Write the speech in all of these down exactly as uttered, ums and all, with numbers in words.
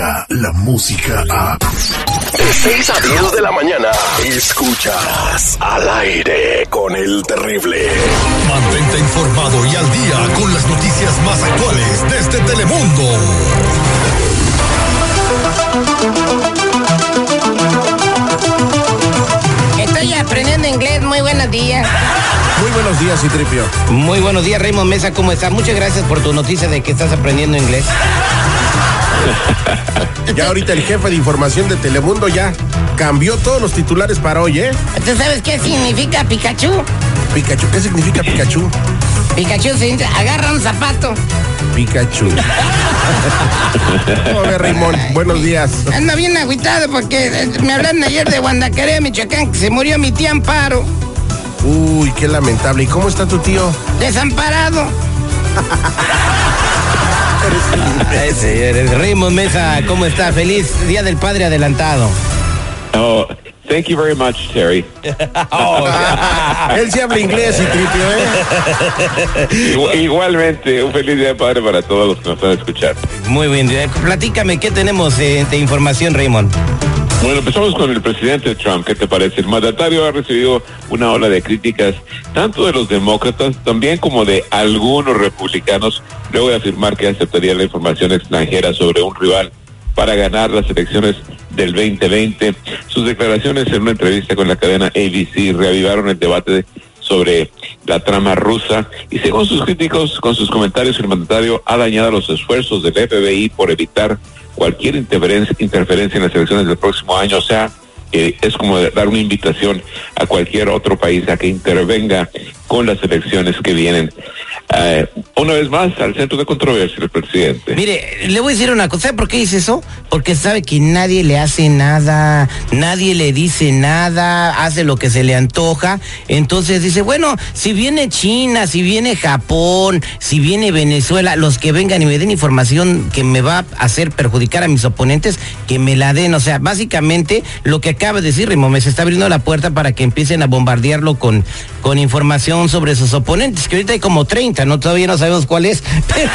música, la música a... De seis a diez de la mañana, escuchas Al Aire con el Terrible. Mantente informado y al día con las noticias más actuales desde Telemundo. Estoy aprendiendo inglés, muy buenos días. Muy buenos días, Citripio. Muy buenos días, Raymond Mesa, ¿cómo estás? Muchas gracias por tu noticia de que estás aprendiendo inglés. Ya ahorita el jefe de información de Telemundo ya cambió todos los titulares para hoy, ¿eh? ¿Tú sabes qué significa Pikachu? Pikachu, ¿qué significa Pikachu? Pikachu significa agarra un zapato. Pikachu. A ver, Raymond, buenos días. Ando bien agüitado porque me hablaron ayer de Guandacaré, Michoacán, que se murió mi tía Amparo. Uy, qué lamentable. ¿Y cómo está tu tío? Desamparado. Raymond Mesa, ¿cómo está? Feliz Día del Padre adelantado. Oh, thank you very much, Terry. Oh, él sí habla inglés, y tripio, ¿eh? Igual, igualmente, un feliz día de padre para todos los que nos van a escuchar. Muy bien, platícame, ¿qué tenemos eh, de información, Raymond? Bueno, empezamos con el presidente Trump. ¿Qué te parece? El mandatario ha recibido una ola de críticas, tanto de los demócratas, también como de algunos republicanos, luego de afirmar que aceptaría la información extranjera sobre un rival para ganar las elecciones del veinte veinte. Sus declaraciones en una entrevista con la cadena A B C reavivaron el debate sobre la trama rusa y según sus críticos, con sus comentarios, el mandatario ha dañado los esfuerzos del F B I por evitar cualquier interferencia, interferencia en las elecciones del próximo año. O sea, eh, es como dar una invitación a cualquier otro país a que intervenga con las elecciones que vienen. Uh, una vez más, al centro de controversia el presidente. Mire, le voy a decir una cosa. ¿Sabe por qué dice eso? Porque sabe que nadie le hace nada, nadie le dice nada, hace lo que se le antoja. Entonces dice, bueno, si viene China, si viene Japón, si viene Venezuela, los que vengan y me den información que me va a hacer perjudicar a mis oponentes, que me la den. O sea, básicamente lo que acaba de decir Raymond, me se está abriendo la puerta para que empiecen a bombardearlo con, con información sobre sus oponentes, que ahorita hay como treinta, ¿no? Todavía no sabemos cuál es.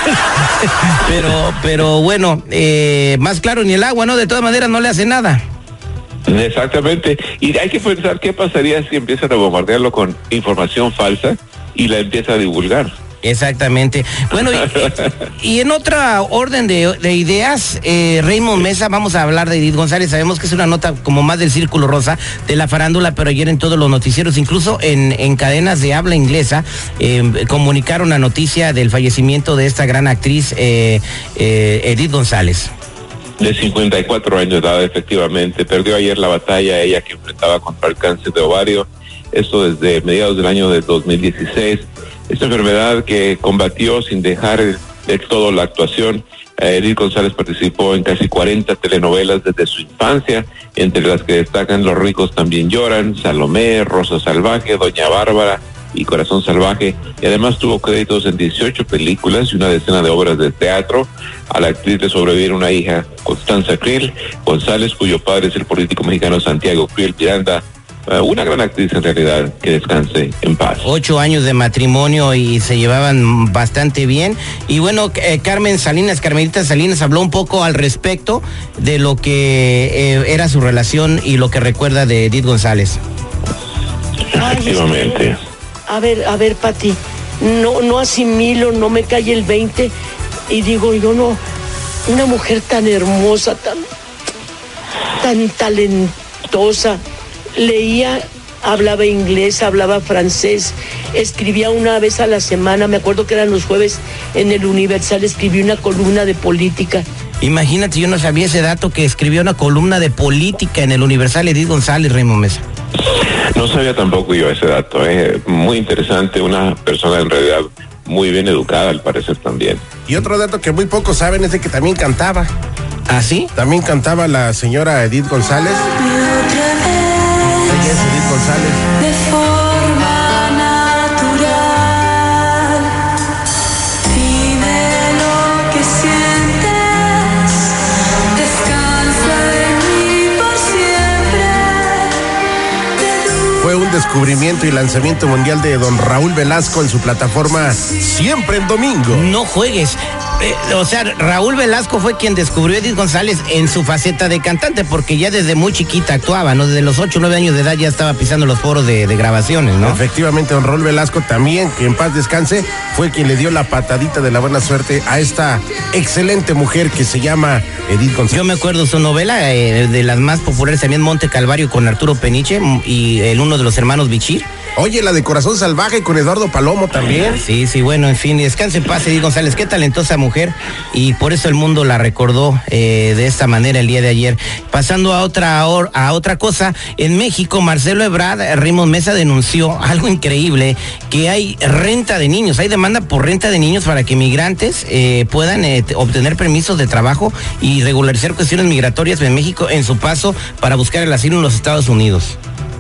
pero, pero bueno, eh, más claro ni el agua, ¿no? De todas maneras no le hace nada. Exactamente. Y hay que pensar qué pasaría si empiezan a bombardearlo con información falsa y la empieza a divulgar. Exactamente. Bueno, y, y en otra orden de, de ideas, eh, Raymond Mesa, vamos a hablar de Edith González. Sabemos que es una nota como más del círculo rosa de la farándula, pero ayer en todos los noticieros, incluso en, en cadenas de habla inglesa, eh, comunicaron la noticia del fallecimiento de esta gran actriz, eh, eh, Edith González. De cincuenta y cuatro años de edad, efectivamente. Perdió ayer la batalla ella que enfrentaba contra el cáncer de ovario. Esto desde mediados del año de dos mil dieciséis. Esta enfermedad que combatió sin dejar del todo la actuación. Eh, Edith González participó en casi cuarenta telenovelas desde su infancia, entre las que destacan Los ricos también lloran, Salomé, Rosa Salvaje, Doña Bárbara y Corazón Salvaje, y además tuvo créditos en dieciocho películas y una decena de obras de teatro. A la actriz le sobrevive una hija, Constanza Krill González, cuyo padre es el político mexicano Santiago Krill Miranda. Uh, una gran actriz en realidad, que descanse en paz. Ocho años de matrimonio y se llevaban bastante bien. Y bueno, eh, Carmen Salinas, Carmelita Salinas habló un poco al respecto de lo que eh, era su relación y lo que recuerda de Edith González. Efectivamente. A ver, a ver, Pati, no, no asimilo, no me cae el veinte y digo, yo no, una mujer tan hermosa, tan, tan talentosa. Leía, hablaba inglés, hablaba francés, escribía una vez a la semana, me acuerdo que eran los jueves en el Universal, escribí una columna de política. Imagínate, yo no sabía ese dato, que escribió una columna de política en el Universal, Edith González, Raymond Mesa. No sabía tampoco yo ese dato, eh. Muy interesante, una persona en realidad muy bien educada al parecer también. Y otro dato que muy pocos saben es de que también cantaba. ¿Ah, sí? También cantaba la señora Edith González. Ella es Edith González. De forma natural, vive lo que sientes, descansa en mí por siempre. Fue un descubrimiento y lanzamiento mundial de don Raúl Velasco en su plataforma Siempre en Domingo. No juegues. eh, o sea, Raúl Velasco fue quien descubrió a Edith González en su faceta de cantante, porque ya desde muy chiquita actuaba, ¿no? Desde los ocho o nueve años de edad ya estaba pisando los foros de, de grabaciones, ¿no? Efectivamente, don Raúl Velasco también, que en paz descanse, fue quien le dio la patadita de la buena suerte a esta excelente mujer que se llama Edith González. Yo me acuerdo su novela, eh, de las más populares también, Monte Calvario, con Arturo Peniche y el uno de los hermanos Bichir. Oye, la de Corazón Salvaje con Eduardo Palomo también. Sí, sí, bueno, en fin, descanse en paz, Edith González, qué talentosa mujer, y por eso el mundo la recordó eh, de esta manera el día de ayer. Pasando a otra a otra cosa, en México, Marcelo Ebrard Rimos Mesa denunció algo increíble, que hay renta de niños, hay demanda por renta de niños para que migrantes eh, puedan eh, obtener permisos de trabajo y regularizar cuestiones migratorias en México en su paso para buscar el asilo en los Estados Unidos.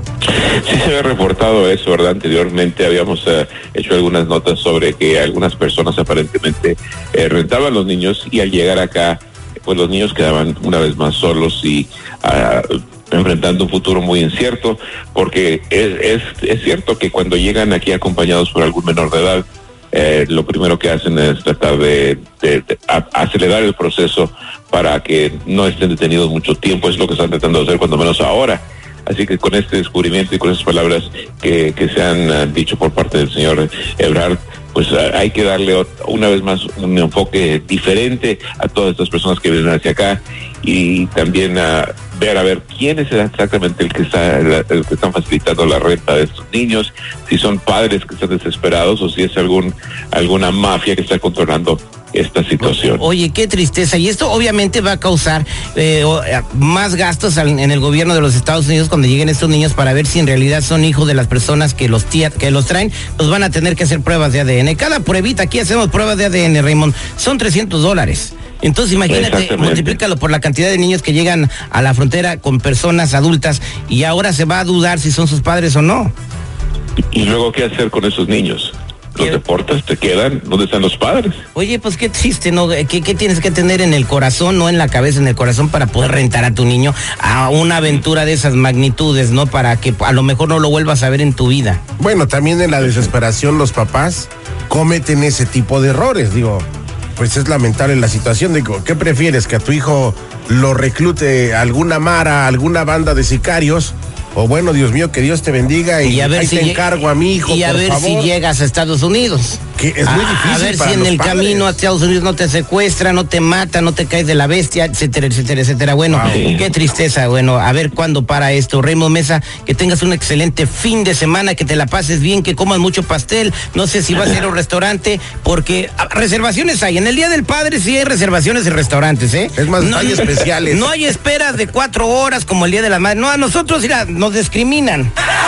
Sí se había reportado eso, ¿verdad? Anteriormente habíamos eh, hecho algunas notas sobre que algunas personas aparentemente eh, rentaban los niños, y al llegar acá, pues los niños quedaban una vez más solos y uh, enfrentando un futuro muy incierto, porque es, es, es cierto que cuando llegan aquí acompañados por algún menor de edad, eh, lo primero que hacen es tratar de, de, de a, acelerar el proceso para que no estén detenidos mucho tiempo. Es lo que están tratando de hacer, cuando menos ahora. Así que con este descubrimiento y con esas palabras que, que se han uh, dicho por parte del señor Ebrard, pues uh, hay que darle una vez más un enfoque diferente a todas estas personas que vienen hacia acá, y también uh, ver a ver quién es exactamente el que está el, el que están facilitando la renta de estos niños, si son padres que están desesperados o si es algún alguna mafia que está controlando esta situación. Oye, qué tristeza, y esto obviamente va a causar eh, más gastos al, en el gobierno de los Estados Unidos cuando lleguen estos niños, para ver si en realidad son hijos de las personas que los tía, que los traen. Pues van a tener que hacer pruebas de A D N. Cada pruebita, aquí hacemos pruebas de A D N, Raymond, son trescientos dólares. Entonces imagínate, multiplícalo por la cantidad de niños que llegan a la frontera con personas adultas, y ahora se va a dudar si son sus padres o no. ¿Y luego qué hacer con esos niños? ¿Los deportas? ¿Te quedan? ¿Dónde están los padres? Oye, pues qué triste, ¿no? ¿Qué, qué tienes que tener en el corazón, no en la cabeza, en el corazón, para poder rentar a tu niño a una aventura de esas magnitudes, ¿no? Para que a lo mejor no lo vuelvas a ver en tu vida. Bueno, también en la desesperación los papás cometen ese tipo de errores, digo. Pues es lamentable la situación. Digo, ¿qué prefieres? ¿Que a tu hijo lo reclute alguna mara, alguna banda de sicarios? O bueno, Dios mío, que Dios te bendiga y, y a ver ahí si te encargo a mi hijo, y a por ver favor. si llegas a Estados Unidos. Que es muy a, difícil a ver para si en los el padres. camino a Estados Unidos no te secuestra, no te mata, no te caes de la bestia, etcétera, etcétera, etcétera. Bueno, Wow. qué tristeza. Bueno, a ver cuándo para esto. Raymond Mesa, que tengas un excelente fin de semana, que te la pases bien, que comas mucho pastel. No sé si vas a ir a un restaurante, porque ah, reservaciones hay. En el Día del Padre sí hay reservaciones en restaurantes, ¿eh? Es más, no hay especiales. No hay esperas de cuatro horas como el Día de la Madre. No, a nosotros, mira, nos discriminan.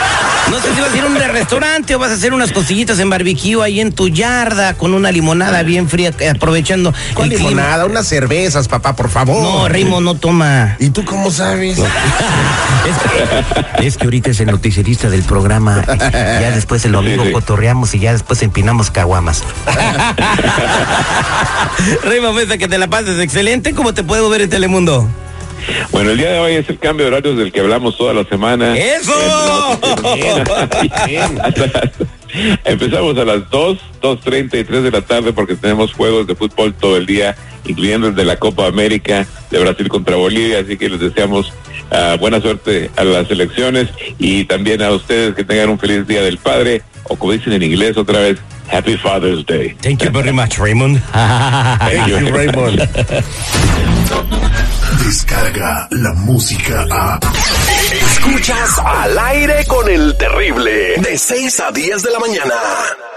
No sé si vas a ir a un restaurante o vas a hacer unas costillitas en barbecue ahí en tu yarda con una limonada bien fría, aprovechando ¿Cuál el limonada? Unas cervezas, papá, por favor. clima. No, Raymond no toma. ¿Y tú cómo sabes? Es, es que ahorita es el noticierista del programa. Ya después el domingo Sí, sí. cotorreamos y ya después empinamos caguamas. Raymond Mesa, que te la pases excelente. ¿Cómo te puedo ver en Telemundo? Bueno, el día de hoy es el cambio de horarios del que hablamos toda la semana. ¡Eso! Bien, bien. Empezamos a las dos, dos treinta y tres de la tarde, porque tenemos juegos de fútbol todo el día, incluyendo el de la Copa América de Brasil contra Bolivia, así que les deseamos uh, buena suerte a las elecciones, y también a ustedes que tengan un feliz Día del Padre, o como dicen en inglés otra vez, Happy Father's Day. Thank you very much, Raymond. Thank you, Raymond. Descarga la música a... Escuchas Al Aire con el Terrible, de seis a diez de la mañana.